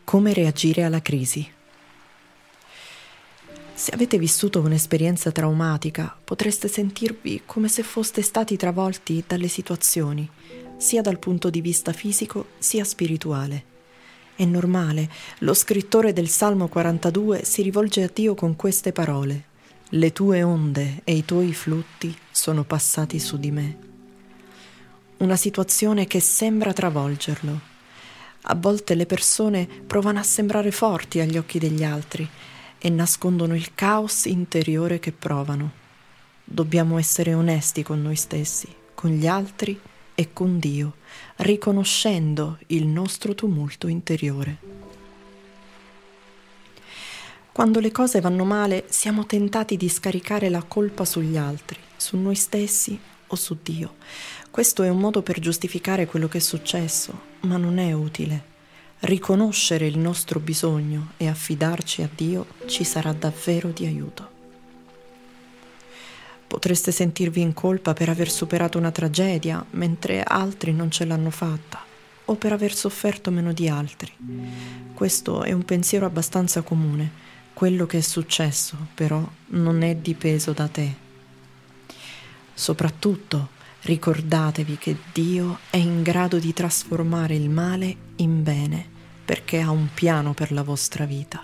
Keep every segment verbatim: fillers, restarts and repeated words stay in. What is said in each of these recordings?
Come reagire alla crisi? Se avete vissuto un'esperienza traumatica, potreste sentirvi come se foste stati travolti dalle situazioni, sia dal punto di vista fisico sia spirituale. È normale, lo scrittore del Salmo quarantadue si rivolge a Dio con queste parole: «Le tue onde e i tuoi flutti sono passati su di me». Una situazione che sembra travolgerlo. A volte le persone provano a sembrare forti agli occhi degli altri e nascondono il caos interiore che provano. Dobbiamo essere onesti con noi stessi, con gli altri e con Dio, riconoscendo il nostro tumulto interiore. Quando le cose vanno male, siamo tentati di scaricare la colpa sugli altri, su noi stessi o su Dio. Questo è un modo per giustificare quello che è successo, ma non è utile. Riconoscere il nostro bisogno e affidarci a Dio ci sarà davvero di aiuto. Potreste sentirvi in colpa per aver superato una tragedia, mentre altri non ce l'hanno fatta, o per aver sofferto meno di altri. Questo è un pensiero abbastanza comune. Quello che è successo, però, non è dipeso da te. Soprattutto, ricordatevi che Dio è in grado di trasformare il male in bene, perché ha un piano per la vostra vita.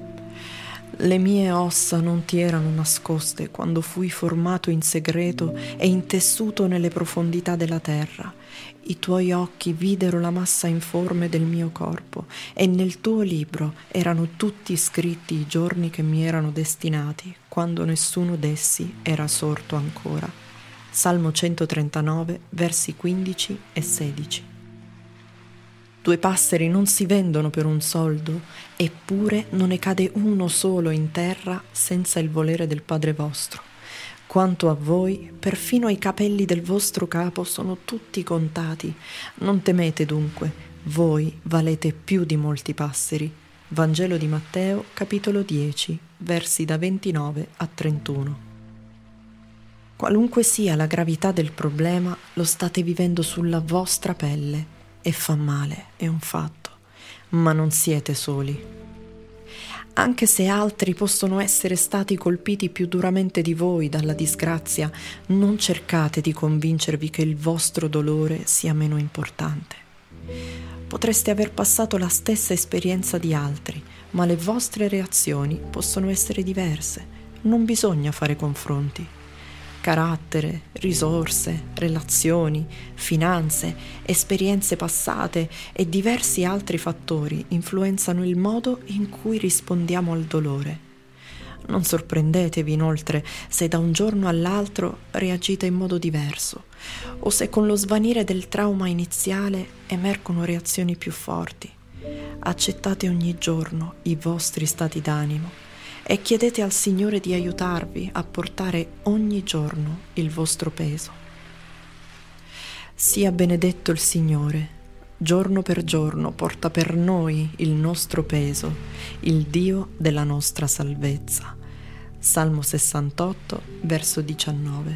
Le mie ossa non ti erano nascoste quando fui formato in segreto e intessuto nelle profondità della terra. I tuoi occhi videro la massa informe del mio corpo e nel tuo libro erano tutti scritti i giorni che mi erano destinati, quando nessuno d'essi era sorto ancora. Salmo centotrentanove, versi quindici e sedici. Due passeri non si vendono per un soldo, eppure non ne cade uno solo in terra senza il volere del Padre vostro. Quanto a voi, perfino i capelli del vostro capo sono tutti contati. Non temete dunque, voi valete più di molti passeri. Vangelo di Matteo, capitolo dieci, versi da ventinove a trentuno. Qualunque sia la gravità del problema, lo state vivendo sulla vostra pelle e fa male, è un fatto, ma non siete soli. Anche se altri possono essere stati colpiti più duramente di voi dalla disgrazia, non cercate di convincervi che il vostro dolore sia meno importante. Potreste aver passato la stessa esperienza di altri, ma le vostre reazioni possono essere diverse. Non bisogna fare confronti. Carattere, risorse, relazioni, finanze, esperienze passate e diversi altri fattori influenzano il modo in cui rispondiamo al dolore. Non sorprendetevi inoltre se da un giorno all'altro reagite in modo diverso o se con lo svanire del trauma iniziale emergono reazioni più forti. Accettate ogni giorno i vostri stati d'animo e chiedete al Signore di aiutarvi a portare ogni giorno il vostro peso. Sia benedetto il Signore, giorno per giorno porta per noi il nostro peso, il Dio della nostra salvezza. Salmo sessantotto, verso diciannove.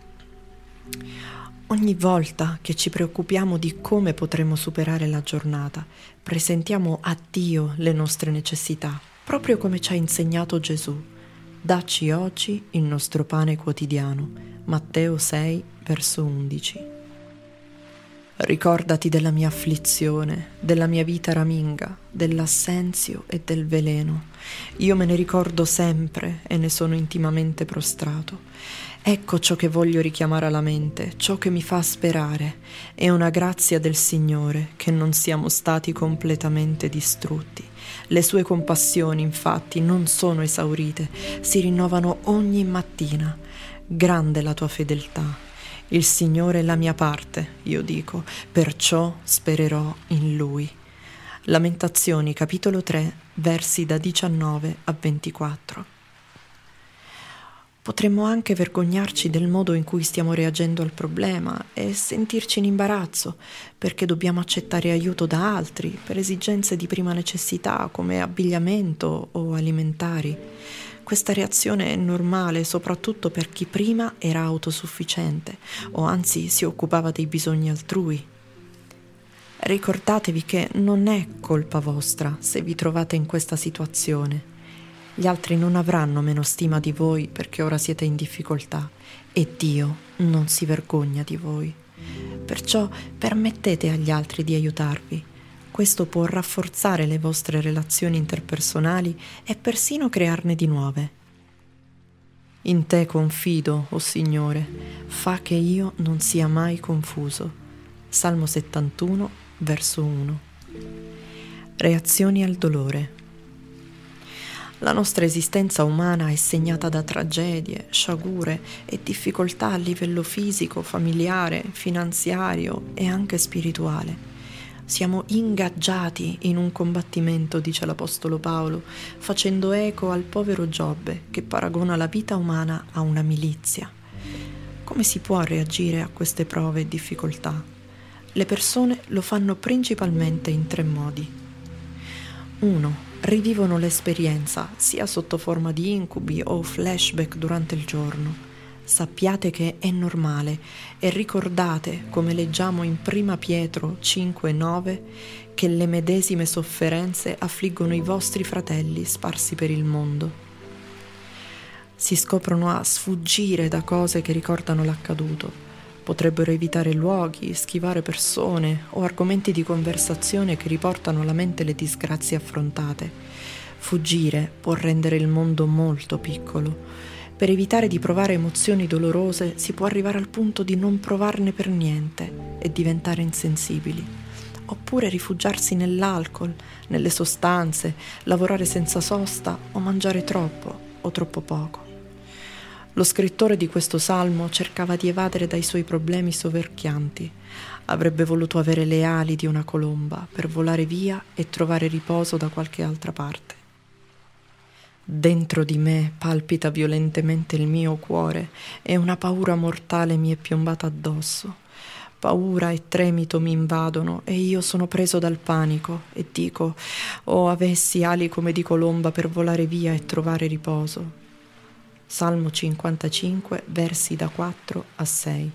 Ogni volta che ci preoccupiamo di come potremo superare la giornata, presentiamo a Dio le nostre necessità, proprio come ci ha insegnato Gesù. Dacci oggi il nostro pane quotidiano. Matteo sei, verso undici. Ricordati della mia afflizione, della mia vita raminga, dell'assenzio e del veleno. Io me ne ricordo sempre e ne sono intimamente prostrato. Ecco ciò che voglio richiamare alla mente, ciò che mi fa sperare. È una grazia del Signore che non siamo stati completamente distrutti. Le sue compassioni, infatti, non sono esaurite, si rinnovano ogni mattina. Grande la tua fedeltà. Il Signore è la mia parte, io dico, perciò spererò in Lui. Lamentazioni, capitolo tre, versi da diciannove a ventiquattro. Potremmo anche vergognarci del modo in cui stiamo reagendo al problema e sentirci in imbarazzo, perché dobbiamo accettare aiuto da altri per esigenze di prima necessità come abbigliamento o alimentari. Questa reazione è normale soprattutto per chi prima era autosufficiente o anzi si occupava dei bisogni altrui. Ricordatevi che non è colpa vostra se vi trovate in questa situazione. Gli altri non avranno meno stima di voi perché ora siete in difficoltà e Dio non si vergogna di voi. Perciò permettete agli altri di aiutarvi. Questo può rafforzare le vostre relazioni interpersonali e persino crearne di nuove. In te confido, o Signore, fa che io non sia mai confuso. Salmo settantuno, verso uno. Reazioni al dolore. La nostra esistenza umana è segnata da tragedie, sciagure e difficoltà a livello fisico, familiare, finanziario e anche spirituale. Siamo ingaggiati in un combattimento, dice l'Apostolo Paolo, facendo eco al povero Giobbe che paragona la vita umana a una milizia. Come si può reagire a queste prove e difficoltà? Le persone lo fanno principalmente in tre modi. uno. Rivivono l'esperienza sia sotto forma di incubi o flashback durante il giorno. Sappiate che è normale e ricordate, come leggiamo in Prima Pietro cinque nove, che le medesime sofferenze affliggono i vostri fratelli sparsi per il mondo. Si scoprono a sfuggire da cose che ricordano l'accaduto. Potrebbero evitare luoghi, schivare persone o argomenti di conversazione che riportano alla mente le disgrazie affrontate. Fuggire può rendere il mondo molto piccolo. Per evitare di provare emozioni dolorose si può arrivare al punto di non provarne per niente e diventare insensibili. Oppure rifugiarsi nell'alcol, nelle sostanze, lavorare senza sosta o mangiare troppo o troppo poco. Lo scrittore di questo salmo cercava di evadere dai suoi problemi soverchianti. Avrebbe voluto avere le ali di una colomba per volare via e trovare riposo da qualche altra parte. Dentro di me palpita violentemente il mio cuore e una paura mortale mi è piombata addosso. Paura e tremito mi invadono e io sono preso dal panico e dico: «Oh, avessi ali come di colomba per volare via e trovare riposo». Salmo cinquantacinque, versi da quattro a sei.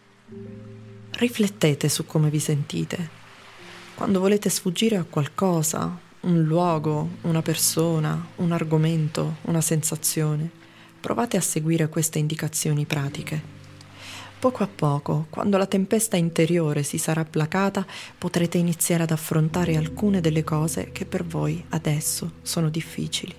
Riflettete su come vi sentite. Quando volete sfuggire a qualcosa, un luogo, una persona, un argomento, una sensazione, provate a seguire queste indicazioni pratiche. Poco a poco, quando la tempesta interiore si sarà placata, potrete iniziare ad affrontare alcune delle cose che per voi adesso sono difficili.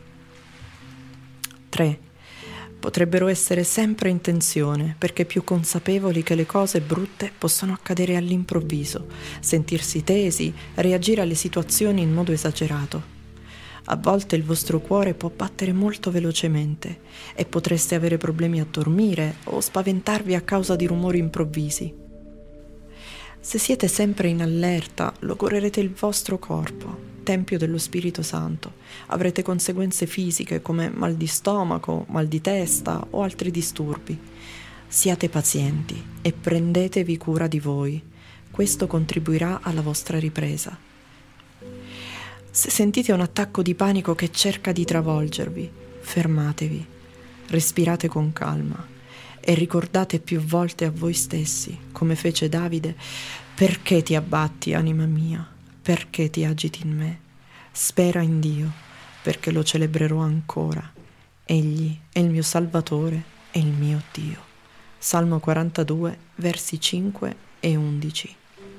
tre. Potrebbero essere sempre in tensione, perché più consapevoli che le cose brutte possono accadere all'improvviso, sentirsi tesi, reagire alle situazioni in modo esagerato. A volte il vostro cuore può battere molto velocemente e potreste avere problemi a dormire o spaventarvi a causa di rumori improvvisi. Se siete sempre in allerta, logorerete il vostro corpo, tempio dello Spirito Santo. Avrete conseguenze fisiche come mal di stomaco, mal di testa o altri disturbi. Siate pazienti e prendetevi cura di voi. Questo contribuirà alla vostra ripresa. Se sentite un attacco di panico che cerca di travolgervi, fermatevi, respirate con calma e ricordate più volte a voi stessi, come fece Davide: «Perché ti abbatti, anima mia? Perché ti agiti in me? Spera in Dio, perché lo celebrerò ancora. Egli è il mio Salvatore e il mio Dio». Salmo quarantadue, versi cinque e undici.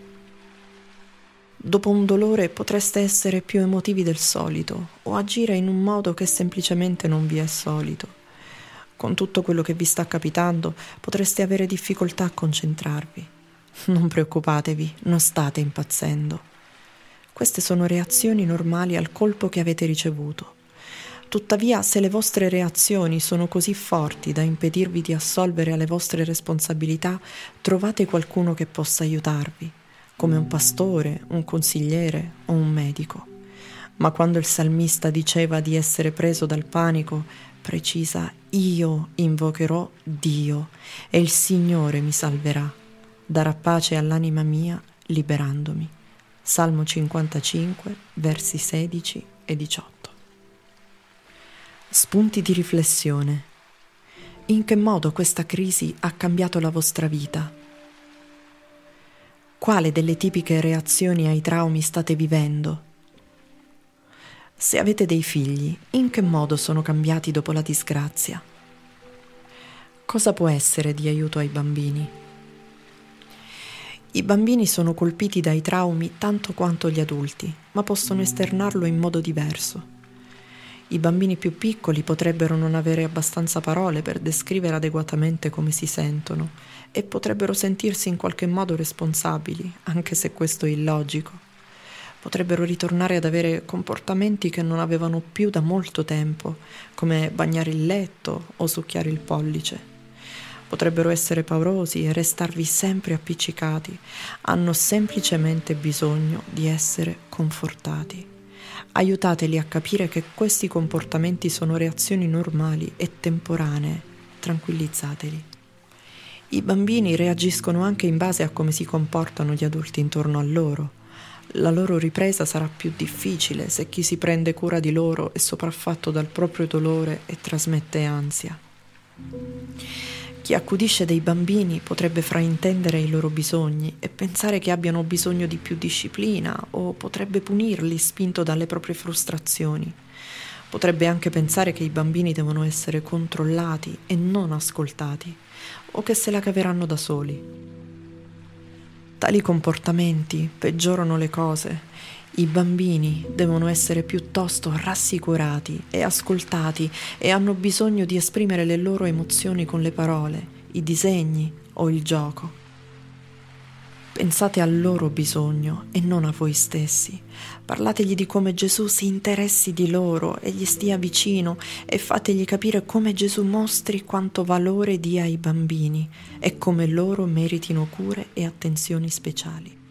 Dopo un dolore potreste essere più emotivi del solito o agire in un modo che semplicemente non vi è solito. Con tutto quello che vi sta capitando potreste avere difficoltà a concentrarvi. Non preoccupatevi, non state impazzendo. Queste sono reazioni normali al colpo che avete ricevuto. Tuttavia, se le vostre reazioni sono così forti da impedirvi di assolvere alle vostre responsabilità, trovate qualcuno che possa aiutarvi, come un pastore, un consigliere o un medico. Ma quando il salmista diceva di essere preso dal panico, precisa: «Io invocherò Dio e il Signore mi salverà. Darà pace all'anima mia, liberandomi». Salmo cinquantacinque, versi sedici e diciotto. Spunti di riflessione. In che modo questa crisi ha cambiato la vostra vita? Quale delle tipiche reazioni ai traumi state vivendo? Se avete dei figli, in che modo sono cambiati dopo la disgrazia? Cosa può essere di aiuto ai bambini? I bambini sono colpiti dai traumi tanto quanto gli adulti, ma possono esternarlo in modo diverso. I bambini più piccoli potrebbero non avere abbastanza parole per descrivere adeguatamente come si sentono e potrebbero sentirsi in qualche modo responsabili, anche se questo è illogico. Potrebbero ritornare ad avere comportamenti che non avevano più da molto tempo, come bagnare il letto o succhiare il pollice. Potrebbero essere paurosi e restarvi sempre appiccicati. Hanno semplicemente bisogno di essere confortati. Aiutateli a capire che questi comportamenti sono reazioni normali e temporanee. Tranquillizzateli. I bambini reagiscono anche in base a come si comportano gli adulti intorno a loro. La loro ripresa sarà più difficile se chi si prende cura di loro è sopraffatto dal proprio dolore e trasmette ansia. Chi accudisce dei bambini potrebbe fraintendere i loro bisogni e pensare che abbiano bisogno di più disciplina o potrebbe punirli spinto dalle proprie frustrazioni. Potrebbe anche pensare che i bambini devono essere controllati e non ascoltati o che se la caveranno da soli. Tali comportamenti peggiorano le cose. I bambini devono essere piuttosto rassicurati e ascoltati e hanno bisogno di esprimere le loro emozioni con le parole, i disegni o il gioco. Pensate al loro bisogno e non a voi stessi. Parlategli di come Gesù si interessi di loro e gli stia vicino e fategli capire come Gesù mostri quanto valore dia ai bambini e come loro meritino cure e attenzioni speciali.